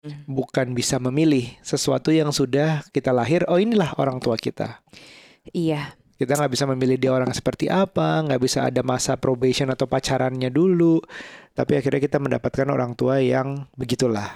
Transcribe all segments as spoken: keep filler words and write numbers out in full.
Bukan bisa memilih sesuatu yang sudah kita lahir, oh inilah orang tua kita. Iya. Kita nggak bisa memilih dia orang seperti apa, nggak bisa ada masa probation atau pacarannya dulu. Tapi akhirnya kita mendapatkan orang tua yang begitulah.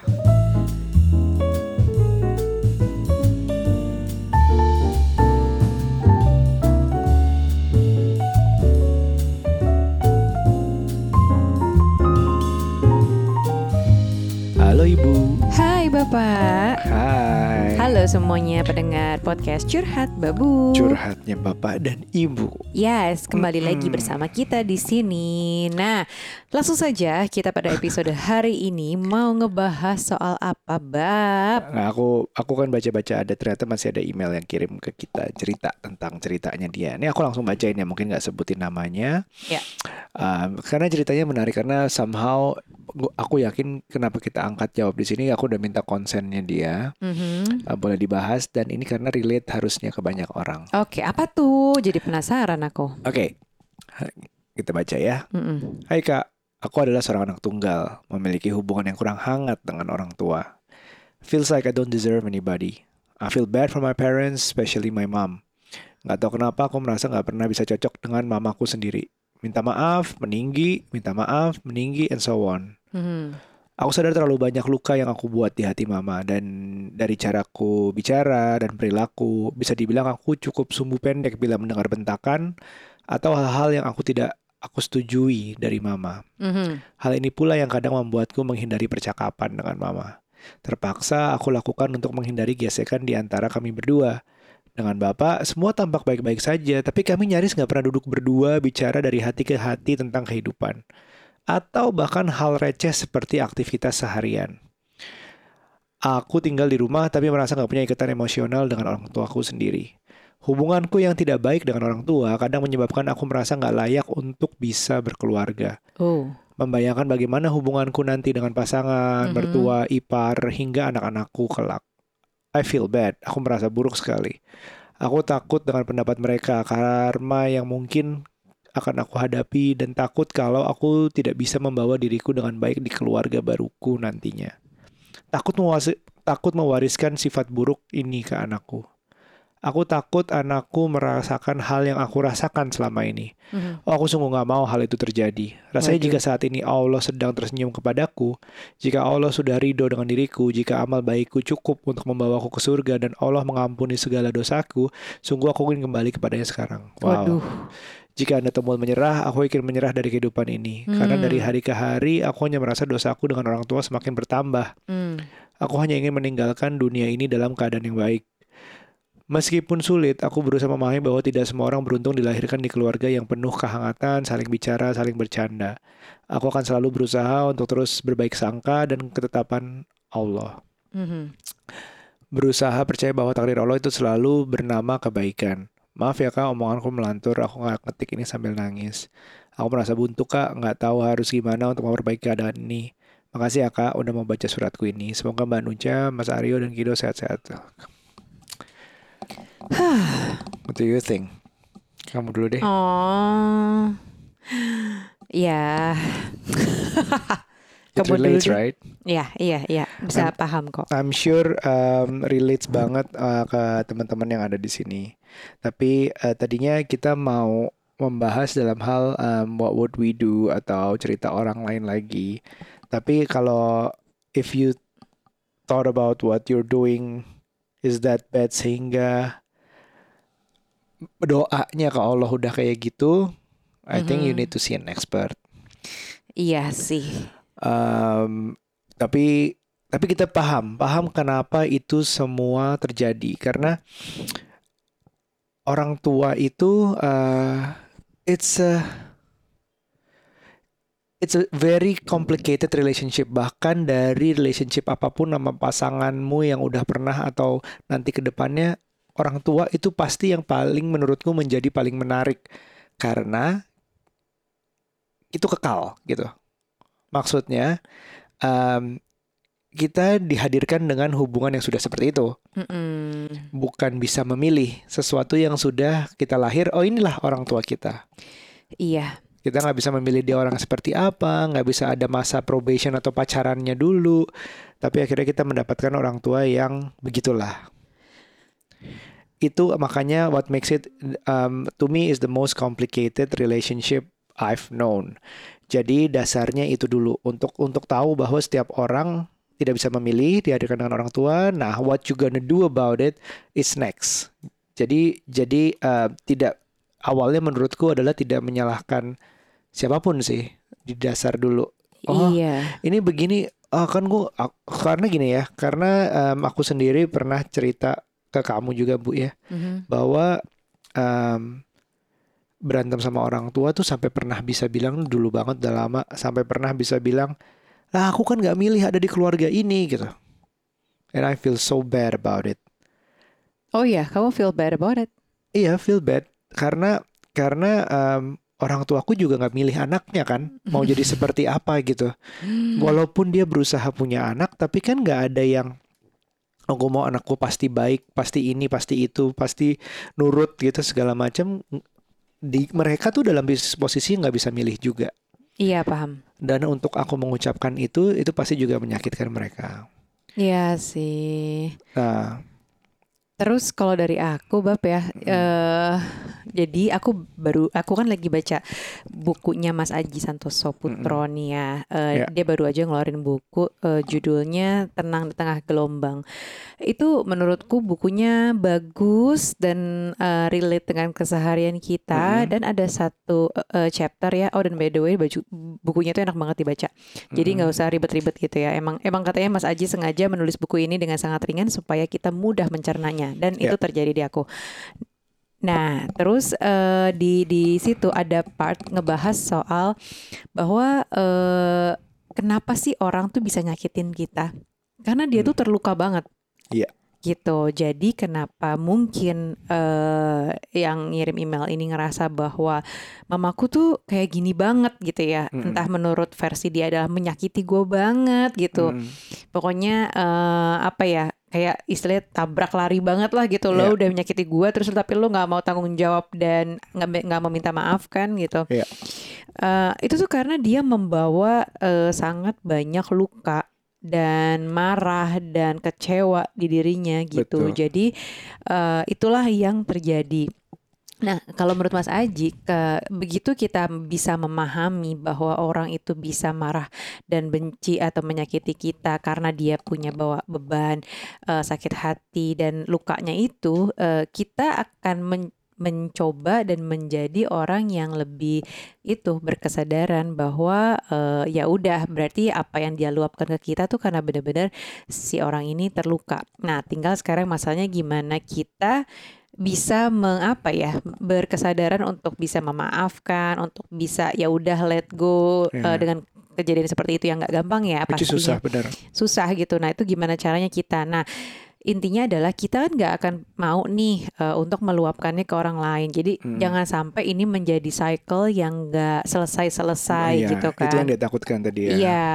Halo Ibu. Hai Bapak. Hai. Halo semuanya pendengar podcast Curhat Babu. Curhatnya Bapak dan Ibu. Yes, kembali Mm-mm. lagi bersama kita di sini. Nah, langsung saja kita pada episode hari ini mau ngebahas soal apa, Bab? Nah, aku aku kan baca-baca ada ternyata masih ada email yang kirim ke kita cerita tentang ceritanya dia. Ini aku langsung bacain ya, mungkin nggak sebutin namanya. Ya. Um, karena ceritanya menarik karena somehow gua- aku yakin kenapa kita angkat jawab di sini. Aku udah minta konsennya dia, Mhm. uh, boleh dibahas dan ini karena relate harusnya ke banyak orang. Oke, apa tuh? Jadi penasaran aku. Oke, kita baca ya. Mm-mm. Hai Kak, aku adalah seorang anak tunggal, memiliki hubungan yang kurang hangat dengan orang tua. Feels like I don't deserve anybody. I feel bad for my parents, especially my mom. Gak tahu kenapa aku merasa gak pernah bisa cocok dengan mamaku sendiri. Minta maaf, meninggi, minta maaf, meninggi, and so on. Mhm. Aku sadar terlalu banyak luka yang aku buat di hati mama. Dan dari caraku bicara dan perilaku, bisa dibilang aku cukup sumbu pendek bila mendengar bentakan atau hal-hal yang aku tidak aku setujui dari mama. Mhm. Hal ini pula yang kadang membuatku menghindari percakapan dengan mama. Terpaksa aku lakukan untuk menghindari gesekan di antara kami berdua. Dengan bapak, semua tampak baik-baik saja, tapi kami nyaris gak pernah duduk berdua bicara dari hati ke hati tentang kehidupan. Atau bahkan hal receh seperti aktivitas seharian. Aku tinggal di rumah tapi merasa gak punya ikatan emosional dengan orang tuaku sendiri. Hubunganku yang tidak baik dengan orang tua kadang menyebabkan aku merasa gak layak untuk bisa berkeluarga. Oh. Membayangkan bagaimana hubunganku nanti dengan pasangan, Mhm. mertua, ipar, hingga anak-anakku kelak. I feel bad, aku merasa buruk sekali. Aku takut dengan pendapat mereka, karma yang mungkin akan aku hadapi, dan takut kalau aku tidak bisa membawa diriku dengan baik di keluarga baruku nantinya. Takut mewasi- takut mewariskan sifat buruk ini ke anakku. Aku takut anakku merasakan hal yang aku rasakan selama ini. Mhm. Oh, aku sungguh gak mau hal itu terjadi. Rasanya Waduh. jika saat ini Allah sedang tersenyum kepadaku, jika Allah sudah ridho dengan diriku, jika amal baikku cukup untuk membawaku ke surga dan Allah mengampuni segala dosaku, sungguh aku ingin kembali kepadanya sekarang. Wow. Waduh. Jika Anda temui menyerah, aku ingin menyerah dari kehidupan ini. Karena Hmm. dari hari ke hari, aku hanya merasa dosaku dengan orang tua semakin bertambah. Hmm. Aku hanya ingin meninggalkan dunia ini dalam keadaan yang baik. Meskipun sulit, aku berusaha memahami bahwa tidak semua orang beruntung dilahirkan di keluarga yang penuh kehangatan, saling bicara, saling bercanda. Aku akan selalu berusaha untuk terus berbaik sangka dan ketetapan Allah. Mhm. Berusaha percaya bahwa takdir Allah itu selalu bernama kebaikan. Maaf ya Kak, omonganku melantur, aku nggak ngetik ini sambil nangis. Aku merasa buntu Kak, nggak tahu harus gimana untuk memperbaiki keadaan ini. Makasih ya Kak, udah mau baca suratku ini. Semoga Mbak Nucha, Mas Aryo, dan Kido sehat-sehat. What do you think? Kamu dulu deh. Oh. Ya. It Kamu dulu relates, deh. right? Iya, iya, iya. Bisa paham kok. I'm sure um, relates banget uh, ke teman-teman yang ada di sini. Tapi uh, tadinya kita mau membahas dalam hal um, what would we do atau cerita orang lain lagi. Tapi kalau if you thought about what you're doing is that bad sehingga doanya ke Allah udah kayak gitu, I think you Mhm. need to see an expert. Iya sih. Um, tapi tapi kita paham, paham kenapa itu semua terjadi karena orang tua itu uh, it's a it's a very complicated relationship, bahkan dari relationship apapun sama pasanganmu yang udah pernah atau nanti ke depannya, orang tua itu pasti yang paling menurutku menjadi paling menarik karena itu kekal gitu. Maksudnya um, kita dihadirkan dengan hubungan yang sudah seperti itu. Mm-mm. Bukan bisa memilih sesuatu yang sudah kita lahir, oh inilah orang tua kita. Iya. Kita nggak bisa memilih dia orang seperti apa, nggak bisa ada masa probation atau pacarannya dulu. Tapi akhirnya kita mendapatkan orang tua yang begitulah. Itu makanya what makes it um, to me is the most complicated relationship I've known. Jadi dasarnya itu dulu untuk untuk tahu bahwa setiap orang tidak bisa memilih dihadirkan dengan orang tua. Nah, what you gonna do about it is next. Jadi jadi uh, tidak awalnya menurutku adalah tidak menyalahkan siapapun sih di dasar dulu. Oh, Iya. ini begini. Oh, kan gua ak- karena gini ya. Karena um, aku sendiri pernah cerita ke kamu juga Bu ya, Mhm. bahwa um, berantem sama orang tua tuh sampai pernah bisa bilang dulu banget udah lama sampai pernah bisa bilang lah aku kan nggak milih ada di keluarga ini gitu, and I feel so bad about it. Oh iya, kamu feel bad about it? Iya, feel bad karena karena um, orang tuaku juga nggak milih anaknya kan mau jadi seperti apa gitu, walaupun dia berusaha punya anak tapi kan nggak ada yang oh gue mau anakku pasti baik, pasti ini, pasti itu, pasti nurut gitu segala macam. Di mereka tuh dalam bis- posisi nggak bisa milih juga. Iya, paham. Dan untuk aku mengucapkan itu, itu pasti juga menyakitkan mereka. Iya sih. Nah, Terus kalau dari aku, Bab ya, eh jadi aku baru, aku kan lagi baca bukunya Mas Aji Santoso Putro nih ya. Eh, ya, Dia baru aja ngeluarin buku, eh, judulnya Tenang di Tengah Gelombang. Itu menurutku bukunya bagus dan eh, relate dengan keseharian kita. mm-mm, Dan ada satu eh, chapter ya. Oh, dan by the way, baju bukunya itu enak banget dibaca. Jadi nggak mm-mm, usah ribet-ribet gitu ya. Emang emang katanya Mas Aji sengaja menulis buku ini dengan sangat ringan supaya kita mudah mencernanya. Dan ya, itu terjadi di aku. Nah, terus eh, di di situ ada part ngebahas soal bahwa eh, kenapa sih orang tuh bisa nyakitin kita? Karena dia mm, tuh terluka banget ya, gitu. Jadi kenapa mungkin eh, yang ngirim email ini ngerasa bahwa mamaku tuh kayak gini banget gitu ya. Entah mm-mm, menurut versi dia adalah menyakiti gue banget gitu. mm-mm, Pokoknya eh, apa ya, kayak istilahnya tabrak lari banget lah gitu. ya, Lo udah menyakiti gue terus tapi lo nggak mau tanggung jawab dan nggak nggak mau minta maaf kan gitu. ya, Eh, itu tuh karena dia membawa eh, sangat banyak luka dan marah dan kecewa di dirinya gitu. betul, Jadi eh, itulah yang terjadi. Nah, kalau menurut Mas Aji, ke, begitu kita bisa memahami bahwa orang itu bisa marah dan benci atau menyakiti kita karena dia punya bawa beban, eh, sakit hati dan lukanya itu, eh, kita akan men- mencoba dan menjadi orang yang lebih itu berkesadaran bahwa eh, ya udah berarti apa yang dia luapkan ke kita tuh karena benar-benar si orang ini terluka. Nah, tinggal sekarang masalahnya gimana kita bisa mengapa ya berkesadaran untuk bisa memaafkan, untuk bisa ya udah let go eh, ya. dengan kejadian seperti itu yang nggak gampang ya Itu susah pastinya benar. susah gitu. Nah itu gimana caranya kita? Nah intinya adalah kita kan nggak akan mau nih eh, untuk meluapkannya ke orang lain. Jadi Mm. jangan sampai ini menjadi cycle yang nggak selesai-selesai Iya, gitu itu yang kan. dia takutkan tadi ya. Iya,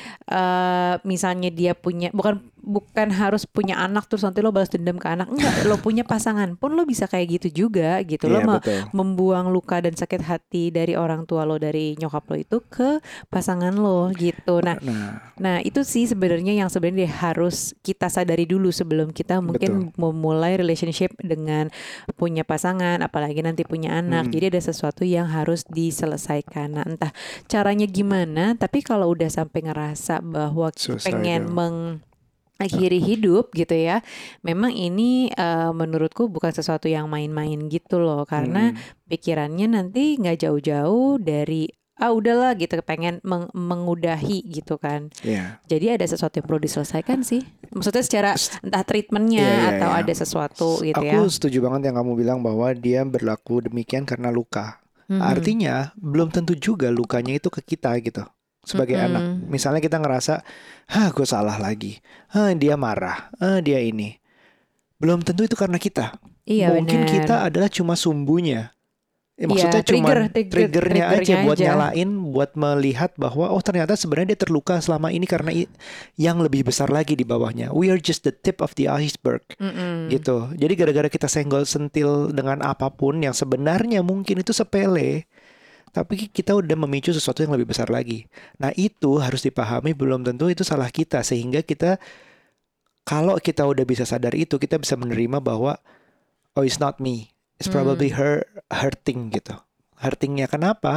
eh, misalnya dia punya bukan bukan harus punya anak terus nanti lo balas dendam ke anak. Enggak, lo punya pasangan pun lo bisa kayak gitu juga gitu. Lo Iya, me- betul. membuang luka dan sakit hati dari orang tua lo, dari nyokap lo itu ke pasangan lo gitu. Nah, Nah, nah itu sih sebenarnya yang sebenarnya harus kita sadari dulu sebelum kita mungkin memulai relationship dengan punya pasangan, apalagi nanti punya anak. mm, Jadi ada sesuatu yang harus diselesaikan. Nah, entah caranya gimana, tapi kalau udah sampai ngerasa bahwa susah pengen itu. mengakhiri hidup gitu ya, memang ini eh, menurutku bukan sesuatu yang main-main gitu loh, karena Mm, pikirannya nanti nggak jauh-jauh dari ah udahlah gitu, pengen meng- mengudahi gitu kan. Iya. Jadi ada sesuatu yang perlu diselesaikan sih. Maksudnya secara S- entah treatmentnya Iya, iya, atau iya. ada sesuatu gitu Aku ya. setuju banget yang kamu bilang bahwa dia berlaku demikian karena luka. Mhm. Artinya belum tentu juga lukanya itu ke kita gitu. Sebagai Mm-mm. anak, misalnya kita ngerasa, hah gue salah lagi, hah dia marah, ah dia ini. Belum tentu itu karena kita. Iya Mungkin benar. kita adalah cuma sumbunya. Ya, Iya, maksudnya trigger, cuman trigger, triggernya aja triggernya buat aja. nyalain, buat melihat bahwa oh ternyata sebenarnya dia terluka selama ini karena i- yang lebih besar lagi di bawahnya. We are just the tip of the iceberg. Mm-mm. Gitu. Jadi gara-gara kita senggol sentil dengan apapun yang sebenarnya mungkin itu sepele, tapi kita udah memicu sesuatu yang lebih besar lagi. Nah itu harus dipahami, belum tentu itu salah kita. Sehingga kita, kalau kita udah bisa sadar itu, kita bisa menerima bahwa oh it's not me, it's probably Hmm. her hurting gitu. Hurtingnya kenapa?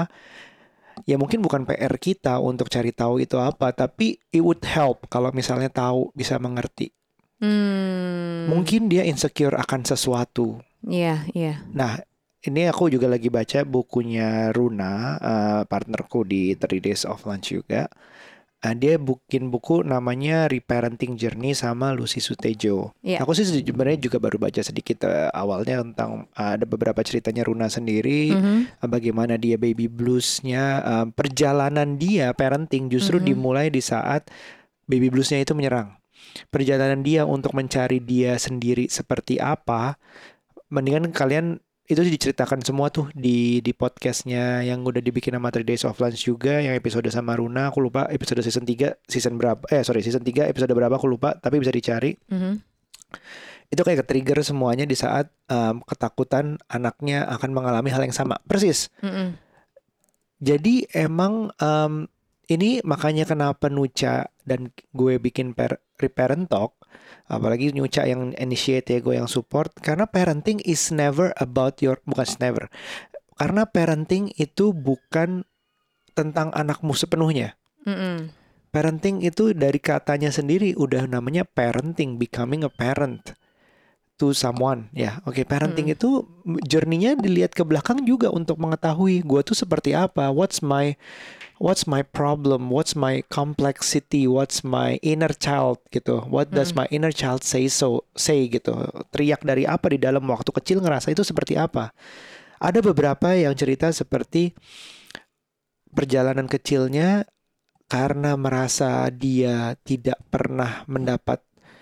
Ya mungkin bukan P R kita untuk cari tahu itu apa, tapi it would help kalau misalnya tahu, bisa mengerti. Hmm. Mungkin dia insecure akan sesuatu. Iya, iya. Nah, ini aku juga lagi baca bukunya Runa, eh, partnerku di thirty Days of Lunch juga. Eh, dia bikin buku namanya Reparenting Journey sama Lucy Sutejo. Iya. Aku sih sebenarnya juga baru baca sedikit eh, awalnya tentang eh, ada beberapa ceritanya Runa sendiri, Mhm. eh, bagaimana dia baby bluesnya, eh, perjalanan dia parenting justru Mhm. dimulai di saat baby bluesnya itu menyerang. Perjalanan dia untuk mencari dia sendiri seperti apa, mendingan kalian itu diceritakan semua tuh di di podcastnya yang udah dibikin sama three Days of Lunch juga, yang episode sama Runa. Aku lupa episode season tiga, season berapa, eh sorry season tiga episode berapa aku lupa, tapi bisa dicari. Mhm. Itu kayak ke-trigger semuanya di saat um, ketakutan anaknya akan mengalami hal yang sama persis. Mhm. Jadi emang um, ini makanya kenapa Nucha dan gue bikin per, reparent talk, apalagi Nucha yang initiate ya, gue yang support, karena parenting is never about your, bukan never, karena parenting itu bukan tentang anakmu sepenuhnya. Mhm. Parenting itu dari katanya sendiri udah namanya parenting, becoming a parent to someone ya. Oke, parenting Mm. itu journey-nya dilihat ke belakang juga untuk mengetahui gue tuh seperti apa, what's my what's my problem, what's my complexity, what's my inner child gitu. What does Mm. my inner child say so say gitu. Teriak dari apa di dalam waktu kecil, ngerasa itu seperti apa. Ada beberapa yang cerita seperti perjalanan kecilnya karena merasa dia tidak pernah mendapat,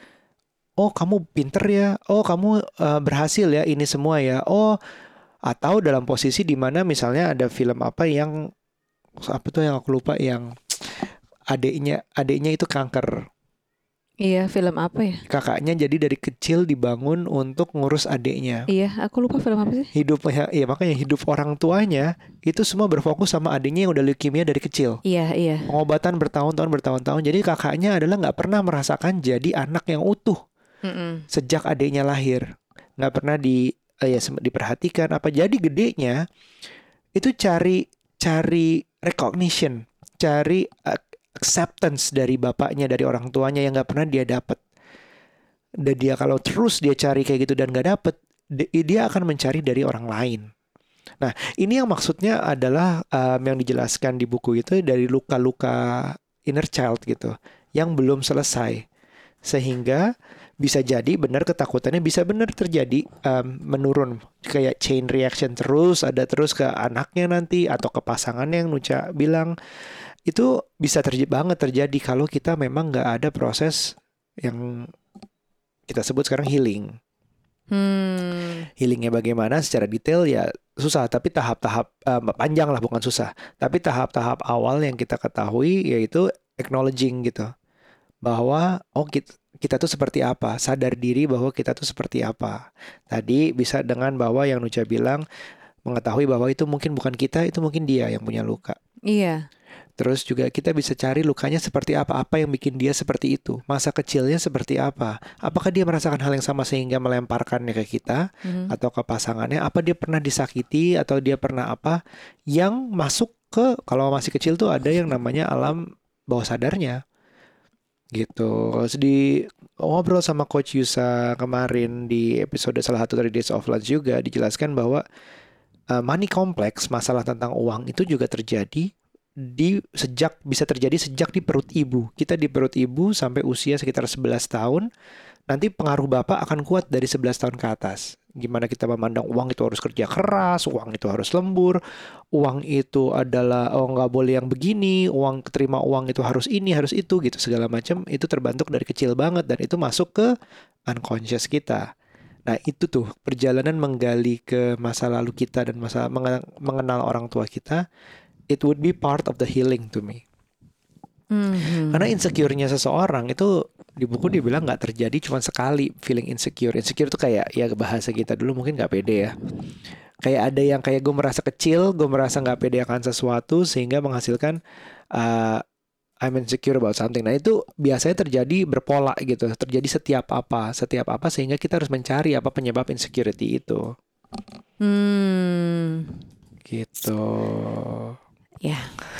oh kamu pinter ya, oh kamu uh, berhasil ya ini semua ya, oh, atau dalam posisi di mana misalnya ada film apa yang apa tuh yang aku lupa, yang adiknya adiknya itu kanker, Iya, film apa ya? kakaknya jadi dari kecil dibangun untuk ngurus adiknya. Iya, aku lupa film apa sih? Hidup ya, ya makanya hidup orang tuanya itu semua berfokus sama adiknya yang udah leukemia dari kecil. Iya, iya. Pengobatan bertahun-tahun bertahun-tahun. Jadi kakaknya adalah nggak pernah merasakan jadi anak yang utuh Mm-mm. sejak adiknya lahir. Nggak pernah di eh, ya sem- diperhatikan apa. Jadi gedenya itu cari cari recognition, cari uh, acceptance dari bapaknya, dari orang tuanya yang nggak pernah dia dapat. Dan dia kalau terus dia cari kayak gitu dan nggak dapet, de- dia akan mencari dari orang lain. Nah, ini yang maksudnya adalah um, yang dijelaskan di buku itu dari luka-luka inner child gitu, yang belum selesai. Sehingga bisa jadi benar ketakutannya bisa benar terjadi um, menurun, kayak chain reaction terus ada terus ke anaknya nanti atau ke pasangannya yang Nucha bilang. Itu bisa terjadi banget terjadi kalau kita memang nggak ada proses yang kita sebut sekarang healing. Hmm. Healingnya bagaimana secara detail ya susah, tapi tahap-tahap uh, panjang lah, bukan susah. Tapi tahap-tahap awal yang kita ketahui yaitu acknowledging gitu, bahwa oh kita, kita tuh seperti apa, sadar diri bahwa kita tuh seperti apa. Tadi bisa dengan bahwa yang Nucha bilang, mengetahui bahwa itu mungkin bukan kita, itu mungkin dia yang punya luka. Iya. Terus juga kita bisa cari lukanya seperti apa, apa yang bikin dia seperti itu, masa kecilnya seperti apa, apakah dia merasakan hal yang sama sehingga melemparkannya ke kita Mhm. atau ke pasangannya, apa dia pernah disakiti atau dia pernah apa yang masuk ke, kalau masih kecil tuh ada yang namanya alam bawah sadarnya gitu. Terus di ngobrol sama Coach Yusa kemarin di episode salah satu dari Days of Lunch juga dijelaskan bahwa uh, money complex, masalah tentang uang itu juga terjadi di sejak bisa terjadi sejak di perut ibu. Kita di perut ibu sampai usia sekitar sebelas tahun. Nanti pengaruh bapak akan kuat dari sebelas tahun ke atas. Gimana kita memandang uang itu harus kerja keras, uang itu harus lembur, uang itu adalah oh nggak boleh yang begini, uang terima uang itu harus ini, harus itu gitu, segala macam itu terbentuk dari kecil banget dan itu masuk ke unconscious kita. Nah itu tuh perjalanan menggali ke masa lalu kita dan masa mengenal orang tua kita. It would be part of the healing to me. Mhm. Karena insecure-nya seseorang itu di buku dia bilang nggak terjadi cuma sekali feeling insecure. Insecure itu kayak ya bahasa kita dulu mungkin nggak pede ya. kayak ada yang kayak gue merasa kecil, gue merasa nggak pede akan sesuatu sehingga menghasilkan uh, I'm insecure about something. Nah itu biasanya terjadi berpola gitu, terjadi setiap apa, setiap apa sehingga kita harus mencari apa penyebab insecurity itu. Hmm. Gitu. Ya.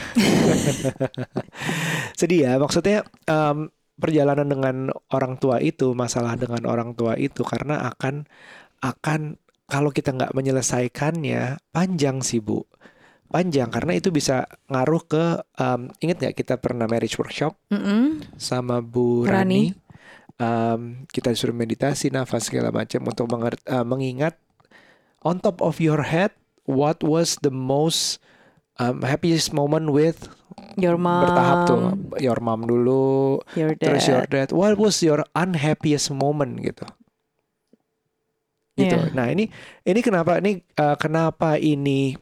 Sedih ya, maksudnya um, perjalanan dengan orang tua itu, masalah dengan orang tua itu karena akan akan kalau kita nggak menyelesaikannya panjang sih Bu, panjang karena itu bisa ngaruh ke um, ingat nggak kita pernah marriage workshop Mm-mm. sama Bu Rani. Rani, um, kita disuruh meditasi nafas segala macam untuk menger- uh, mengingat on top of your head what was the most um, happiest moment with Your mom. bertahap tuh your mom dulu, Your dad. terus your dad, what was your unhappiest moment gitu. Gitu. Yeah. Nah ini ini kenapa ini uh, kenapa ini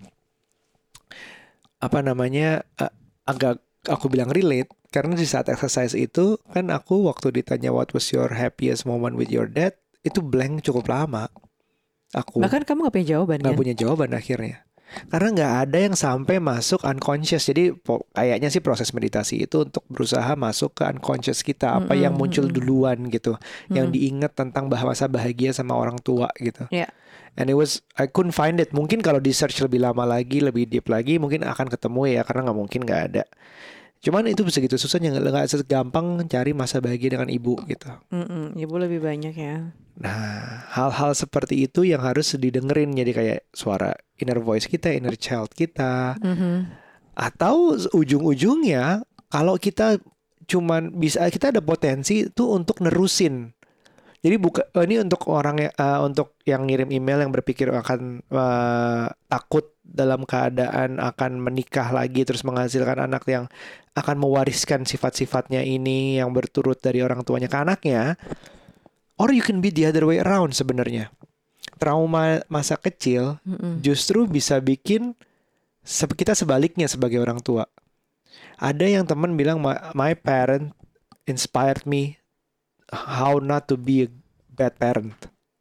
apa namanya uh, agak aku bilang relate karena di saat exercise itu kan aku waktu ditanya what was your happiest moment with your dad itu blank cukup lama. Aku Bahkan kamu gak punya jawaban nggak kan? punya jawaban akhirnya karena nggak ada yang sampai masuk unconscious. Jadi po- kayaknya sih proses meditasi itu untuk berusaha masuk ke unconscious kita apa Mm-mm, yang muncul mm-mm. duluan gitu, yang Mm. diingat tentang bahasa bahagia sama orang tua gitu. Yeah. And it was I couldn't find it. Mungkin kalau di search lebih lama lagi, lebih deep lagi, mungkin akan ketemu ya karena nggak mungkin nggak ada. Cuman itu segitu susahnya, nggak nggak segampang cari masa bahagia dengan ibu gitu. Mm-mm. Ibu lebih banyak ya. Nah, hal-hal seperti itu yang harus didengerin jadi kayak suara inner voice kita, inner child kita. Mhm. Atau ujung-ujungnya kalau kita cuman bisa kita ada potensi tuh untuk nerusin. Jadi buka ini untuk orang yang uh, untuk yang ngirim email yang berpikir akan uh, takut dalam keadaan akan menikah lagi terus menghasilkan anak yang akan mewariskan sifat-sifatnya ini yang berturut dari orang tuanya ke anaknya. Or you can be the other way around sebenarnya. Trauma masa kecil Mm-mm. justru bisa bikin se- kita sebaliknya sebagai orang tua. Ada yang teman bilang my, my parent inspired me how not to be a bad parent.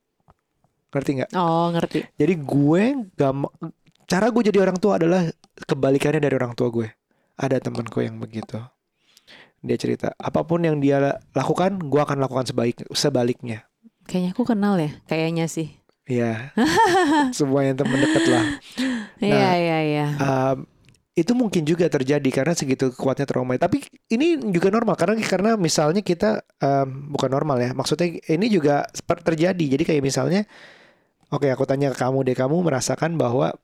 Ngerti nggak? Oh, ngerti. Jadi gue gak ma- cara gue jadi orang tua adalah kebalikannya dari orang tua gue. Ada temanku yang begitu. Dia cerita, apapun yang dia lakukan, gue akan lakukan sebaik sebaliknya. Kayaknya aku kenal ya, kayaknya sih. Iya, semua yang teman dekat lah. Iya, iya, iya. Um, itu mungkin juga terjadi karena segitu kuatnya trauma. Tapi ini juga normal karena karena misalnya kita um, bukan normal ya. Maksudnya ini juga seper- terjadi. Jadi kayak misalnya, oke aku tanya ke kamu deh, kamu merasakan bahwa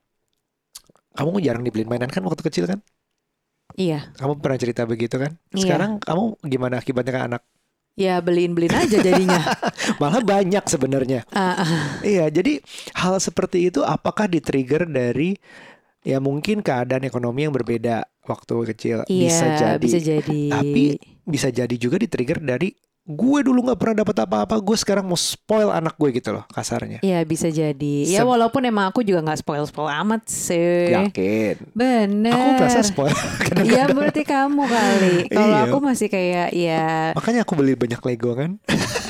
kamu jarang dibeliin mainan kan waktu kecil kan? Iya. Kamu pernah cerita begitu kan? Iya. Sekarang kamu gimana akibatnya ke anak? Ya beliin-beliin aja jadinya. Malah banyak sebenarnya. Ah, ah. Iya, jadi hal seperti itu apakah di-trigger dari ya mungkin keadaan ekonomi yang berbeda waktu kecil? Iya, Bisa jadi. bisa jadi. Tapi bisa jadi juga di-trigger dari gue dulu nggak pernah dapat apa-apa, gue sekarang mau spoil anak gue gitu loh kasarnya. Iya bisa jadi. Ya Se- walaupun emang aku juga nggak spoil-spoil amat sih. Yakin? Bener. Aku merasa spoil. Iya berarti kamu kali. Kalau Iya. aku masih kayak ya. Makanya aku beli banyak Lego kan.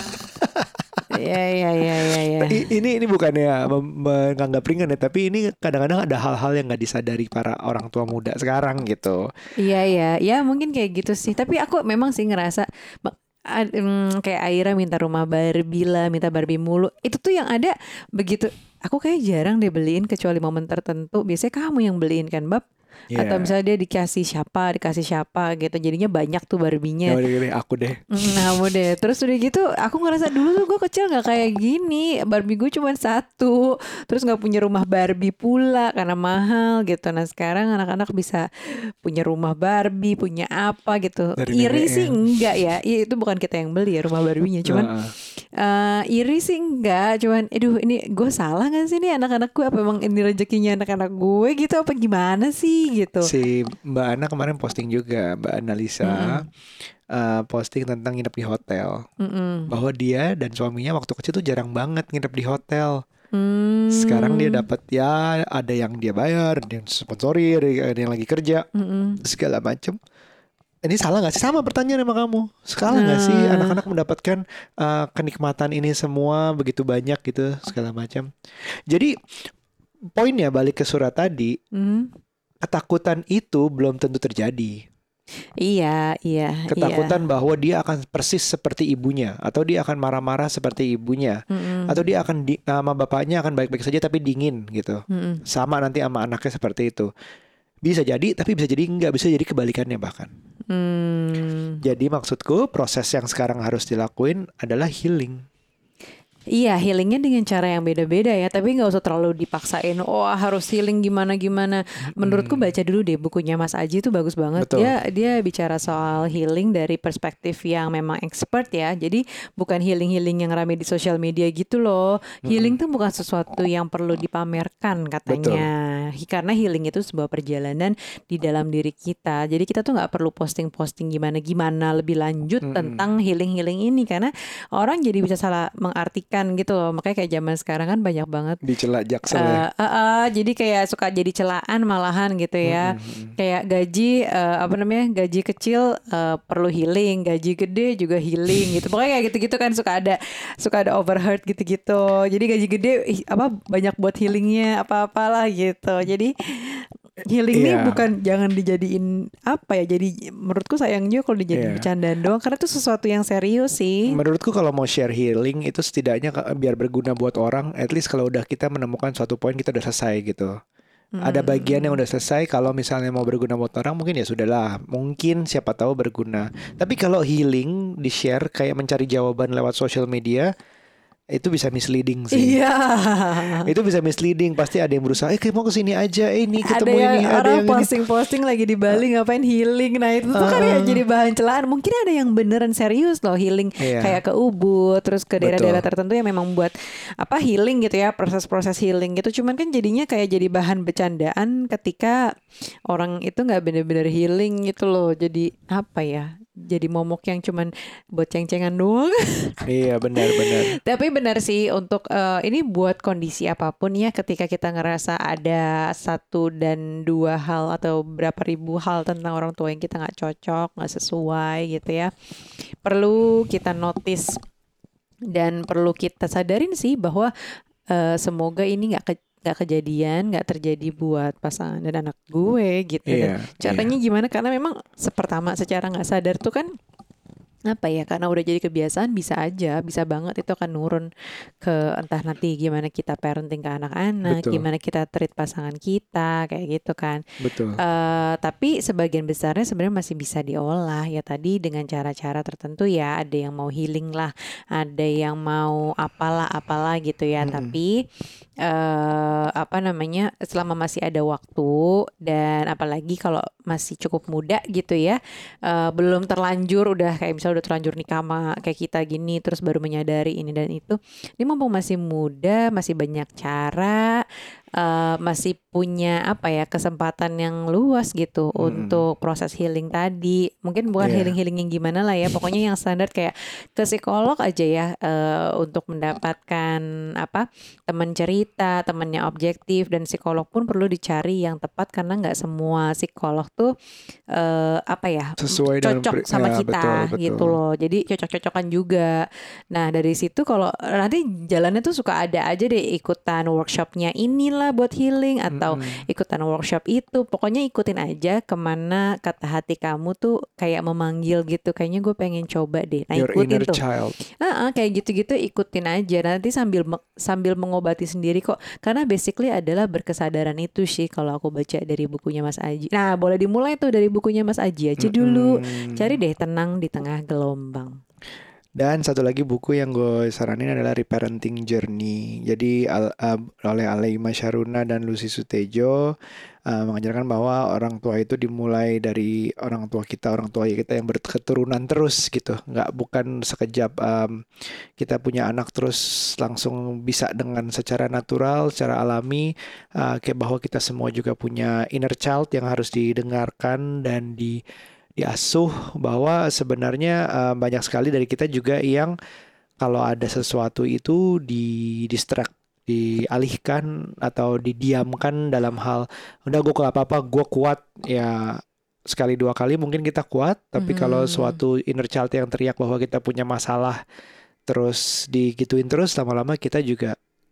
Iya iya iya iya. Ya. I- ini ini bukannya mem- menganggap ringan ya, tapi ini kadang-kadang ada hal-hal yang nggak disadari para orang tua muda sekarang gitu. Iya iya. Ya mungkin kayak gitu sih. Tapi aku memang sih ngerasa ad- mm, kayak Aira minta rumah Barbie lah, minta Barbie mulu. Itu tuh yang ada begitu. Aku kayak jarang deh beliin kecuali momen tertentu. Biasanya kamu yang beliin kan, Bab? Iya. Atau misalnya dia dikasih siapa, dikasih siapa gitu. Jadinya banyak tuh Barbie-nya. Ya udah gini, aku deh. Mm, kamu deh. Terus udah gitu aku ngerasa dulu tuh gue kecil gak kayak gini. Barbie gue cuma satu. Terus gak punya rumah Barbie pula karena mahal gitu. Nah sekarang anak-anak bisa punya rumah Barbie, punya apa gitu. Dari Iri neneknya. sih enggak ya. Iya itu bukan kita yang beli ya rumah Barbie-nya. Cuman Heeh. eh, iri sih enggak. Cuman aduh ini gue salah gak sih nih anak-anak gue. Apa emang ini rezekinya anak-anak gue gitu. Apa gimana sih gitu. Si Mbak Ana kemarin posting juga, Mbak Analisa uh, posting tentang nginep di hotel. Mm-mm. Bahwa dia dan suaminya waktu kecil tuh jarang banget nginep di hotel. Hmm. Sekarang dia dapat ya ada yang dia bayar, ada yang sponsori, ada yang lagi kerja, Mm-mm. segala macem. Ini salah nggak sih? Sama pertanyaan sama kamu. Salah nggak sih Nah. anak-anak mendapatkan uh, kenikmatan ini semua begitu banyak gitu segala macam. Jadi poinnya balik ke surat tadi, Hmm. ketakutan itu belum tentu terjadi. Iya, iya, Ketakutan iya. bahwa dia akan persis seperti ibunya, atau dia akan marah-marah seperti ibunya, Mm-mm. atau dia akan di, sama bapaknya akan baik-baik saja tapi dingin gitu. Mm-mm. Sama nanti sama anaknya seperti itu. Bisa jadi, tapi bisa jadi enggak, bisa jadi kebalikannya bahkan. Hmm. Jadi maksudku proses yang sekarang harus dilakuin adalah healing. Iya, healingnya dengan cara yang beda-beda ya, tapi nggak usah terlalu dipaksain. Oh, harus healing gimana-gimana. Menurutku Hmm, baca dulu deh bukunya Mas Aji itu bagus banget. betul. Dia dia bicara soal healing dari perspektif yang memang expert ya. Jadi bukan healing-healing yang rame di sosial media gitu loh. Healing tuh bukan sesuatu yang perlu dipamerkan katanya. Hi- Karena healing itu sebuah perjalanan di dalam diri kita. Jadi kita tuh nggak perlu posting-posting gimana-gimana lebih lanjut Mm-mm. tentang healing-healing ini karena orang jadi bisa salah mengartikan gitu loh. Makanya kayak zaman sekarang kan banyak banget Dicela jaksel ya. eh eh, eh, jadi kayak suka jadi celaan malahan gitu ya. Mm-mm. Kayak gaji eh, apa namanya? Gaji kecil eh, perlu healing, gaji gede juga healing gitu. Pokoknya kayak gitu-gitu kan suka ada suka ada overheard gitu-gitu. Jadi gaji gede ih, apa banyak buat healingnya apa-apalah gitu. Jadi healing nih Iya. bukan jangan dijadiin apa ya. Jadi menurutku sayangnya kalau dijadiin Iya. bercandaan doang karena itu sesuatu yang serius sih. Menurutku kalau mau share healing itu setidaknya ke- biar berguna buat orang, at least kalau udah kita menemukan suatu poin kita udah selesai gitu. Ada bagian yang Hmm. udah selesai, kalau misalnya mau berguna buat orang mungkin ya sudahlah, mungkin siapa tahu berguna. Tapi kalau healing di-share kayak mencari jawaban lewat social media, itu bisa misleading sih. Iya. Itu bisa misleading, pasti ada yang berusaha, eh kayak mau kesini aja, eh ini Ada ketemu yang ini, ada orang yang ini. posting-posting lagi di Bali ngapain healing. Nah itu tuh kan ya Uh-uh. jadi bahan celaan. Mungkin ada yang beneran serius loh healing Iya, kayak ke Ubud terus ke daerah-daerah betul. tertentu yang memang buat apa healing gitu ya, proses-proses healing gitu. Cuman kan jadinya kayak jadi bahan bercandaan ketika orang itu nggak bener-bener healing gitu loh. Jadi apa ya? Jadi momok yang cuman buat ceng-cengan doang. Iya, benar-benar. Tapi benar sih untuk eh, ini buat kondisi apapun ya ketika kita ngerasa ada satu dan dua hal atau berapa ribu hal tentang orang tua yang kita nggak cocok, nggak sesuai gitu ya. Perlu kita notice dan perlu kita sadarin sih bahwa eh, semoga ini nggak ke nggak kejadian, nggak terjadi buat pasangan dan anak gue gitu. Dan Iya, iya. caranya gimana? Karena memang sepertama secara nggak sadar tuh kan apa ya karena udah jadi kebiasaan bisa aja bisa banget itu akan nurun ke entah nanti gimana kita parenting ke anak-anak, Betul, gimana kita treat pasangan kita kayak gitu kan. betul. Eh tapi sebagian besarnya sebenarnya masih bisa diolah ya tadi dengan cara-cara tertentu ya. Ada yang mau healing lah, ada yang mau apalah apalah gitu ya. Mm-mm. Tapi eh apa namanya selama masih ada waktu dan apalagi kalau masih cukup muda gitu ya, eh, belum terlanjur udah kayak misalnya udah terlanjur nikah sama kayak kita gini terus baru menyadari ini dan itu. Ini mumpung masih muda, masih banyak cara, eh, masih punya apa ya kesempatan yang luas gitu Mm-mm. untuk proses healing tadi. Mungkin bukan Iya, healing-healing yang gimana lah ya, pokoknya yang standar kayak ke psikolog aja ya eh, untuk mendapatkan apa teman cerita, temannya objektif dan psikolog pun perlu dicari yang tepat karena nggak semua psikolog tuh eh, apa ya sesuai dengan cocok pri- sama ya, kita betul, gitu betul. loh. Jadi cocok-cocokan juga. Nah dari situ kalau nanti jalannya tuh suka ada aja deh ikutan workshopnya inilah buat healing atau Mm-mm. ikutan workshop itu. Pokoknya ikutin aja kemana kata hati kamu tuh kayak memanggil gitu. Kayaknya gue pengen coba deh. Nah Your ikutin inner tuh. child. Ah, ah, kayak gitu-gitu ikutin aja. Nanti sambil me- sambil mengobati sendiri kok. Karena basically adalah berkesadaran itu sih kalau aku baca dari bukunya Mas Aji. Nah, boleh dimulai tuh dari bukunya Mas Aji aja dulu. Cari Mm-mm. deh tenang di tengah gelombang. Dan satu lagi buku yang gue saranin adalah Reparenting Journey. Jadi al- ab- oleh Aleima Sharuna dan Lucy Sutejo uh, mengajarkan bahwa orang tua itu dimulai dari orang tua kita, orang tua kita yang berketurunan terus gitu. Nggak bukan sekejap um, kita punya anak terus langsung bisa dengan secara natural, secara alami. Uh, kayak bahwa kita semua juga punya inner child yang harus didengarkan dan di diasuh, bahwa sebenarnya eh, banyak sekali dari kita juga yang kalau ada sesuatu itu di distract, dialihkan atau didiamkan dalam hal udah gue gak apa-apa, gue kuat ya, sekali dua kali mungkin kita kuat, tapi kalau Mhm. suatu inner child yang teriak bahwa kita punya masalah terus digituin terus, lama-lama kita juga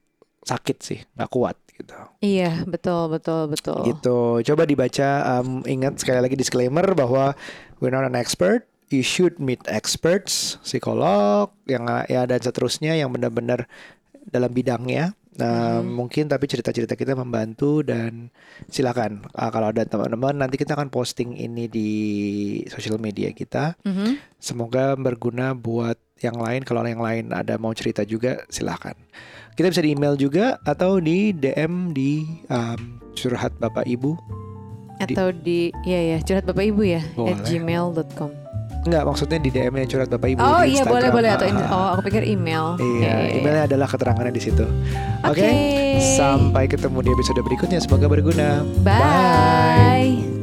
sakit sih, nggak kuat gitu. Iya, betul, betul, betul. Gitu. Coba dibaca. Um, ingat sekali lagi disclaimer bahwa we're not an expert. You should meet experts, psikolog, yang ya dan seterusnya yang benar-benar dalam bidangnya. Nah, hmm. mungkin tapi cerita-cerita kita membantu dan silakan uh, kalau ada teman-teman nanti kita akan posting ini di sosial media kita. Hmm. Semoga berguna buat yang lain. Kalau yang lain ada mau cerita juga silakan. Kita bisa di email juga atau di D M di um, curhat bapak ibu atau di, di ya ya curhat bapak ibu ya at gmail dot com. Enggak, maksudnya di D M-nya curhat bapak ibu oh, di iya, Instagram. boleh boleh atau in, oh aku pikir email. Iya, okay. Emailnya adalah keterangannya di situ. Oke, okay. Okay. Sampai ketemu di episode berikutnya. Semoga berguna. Bye. Bye.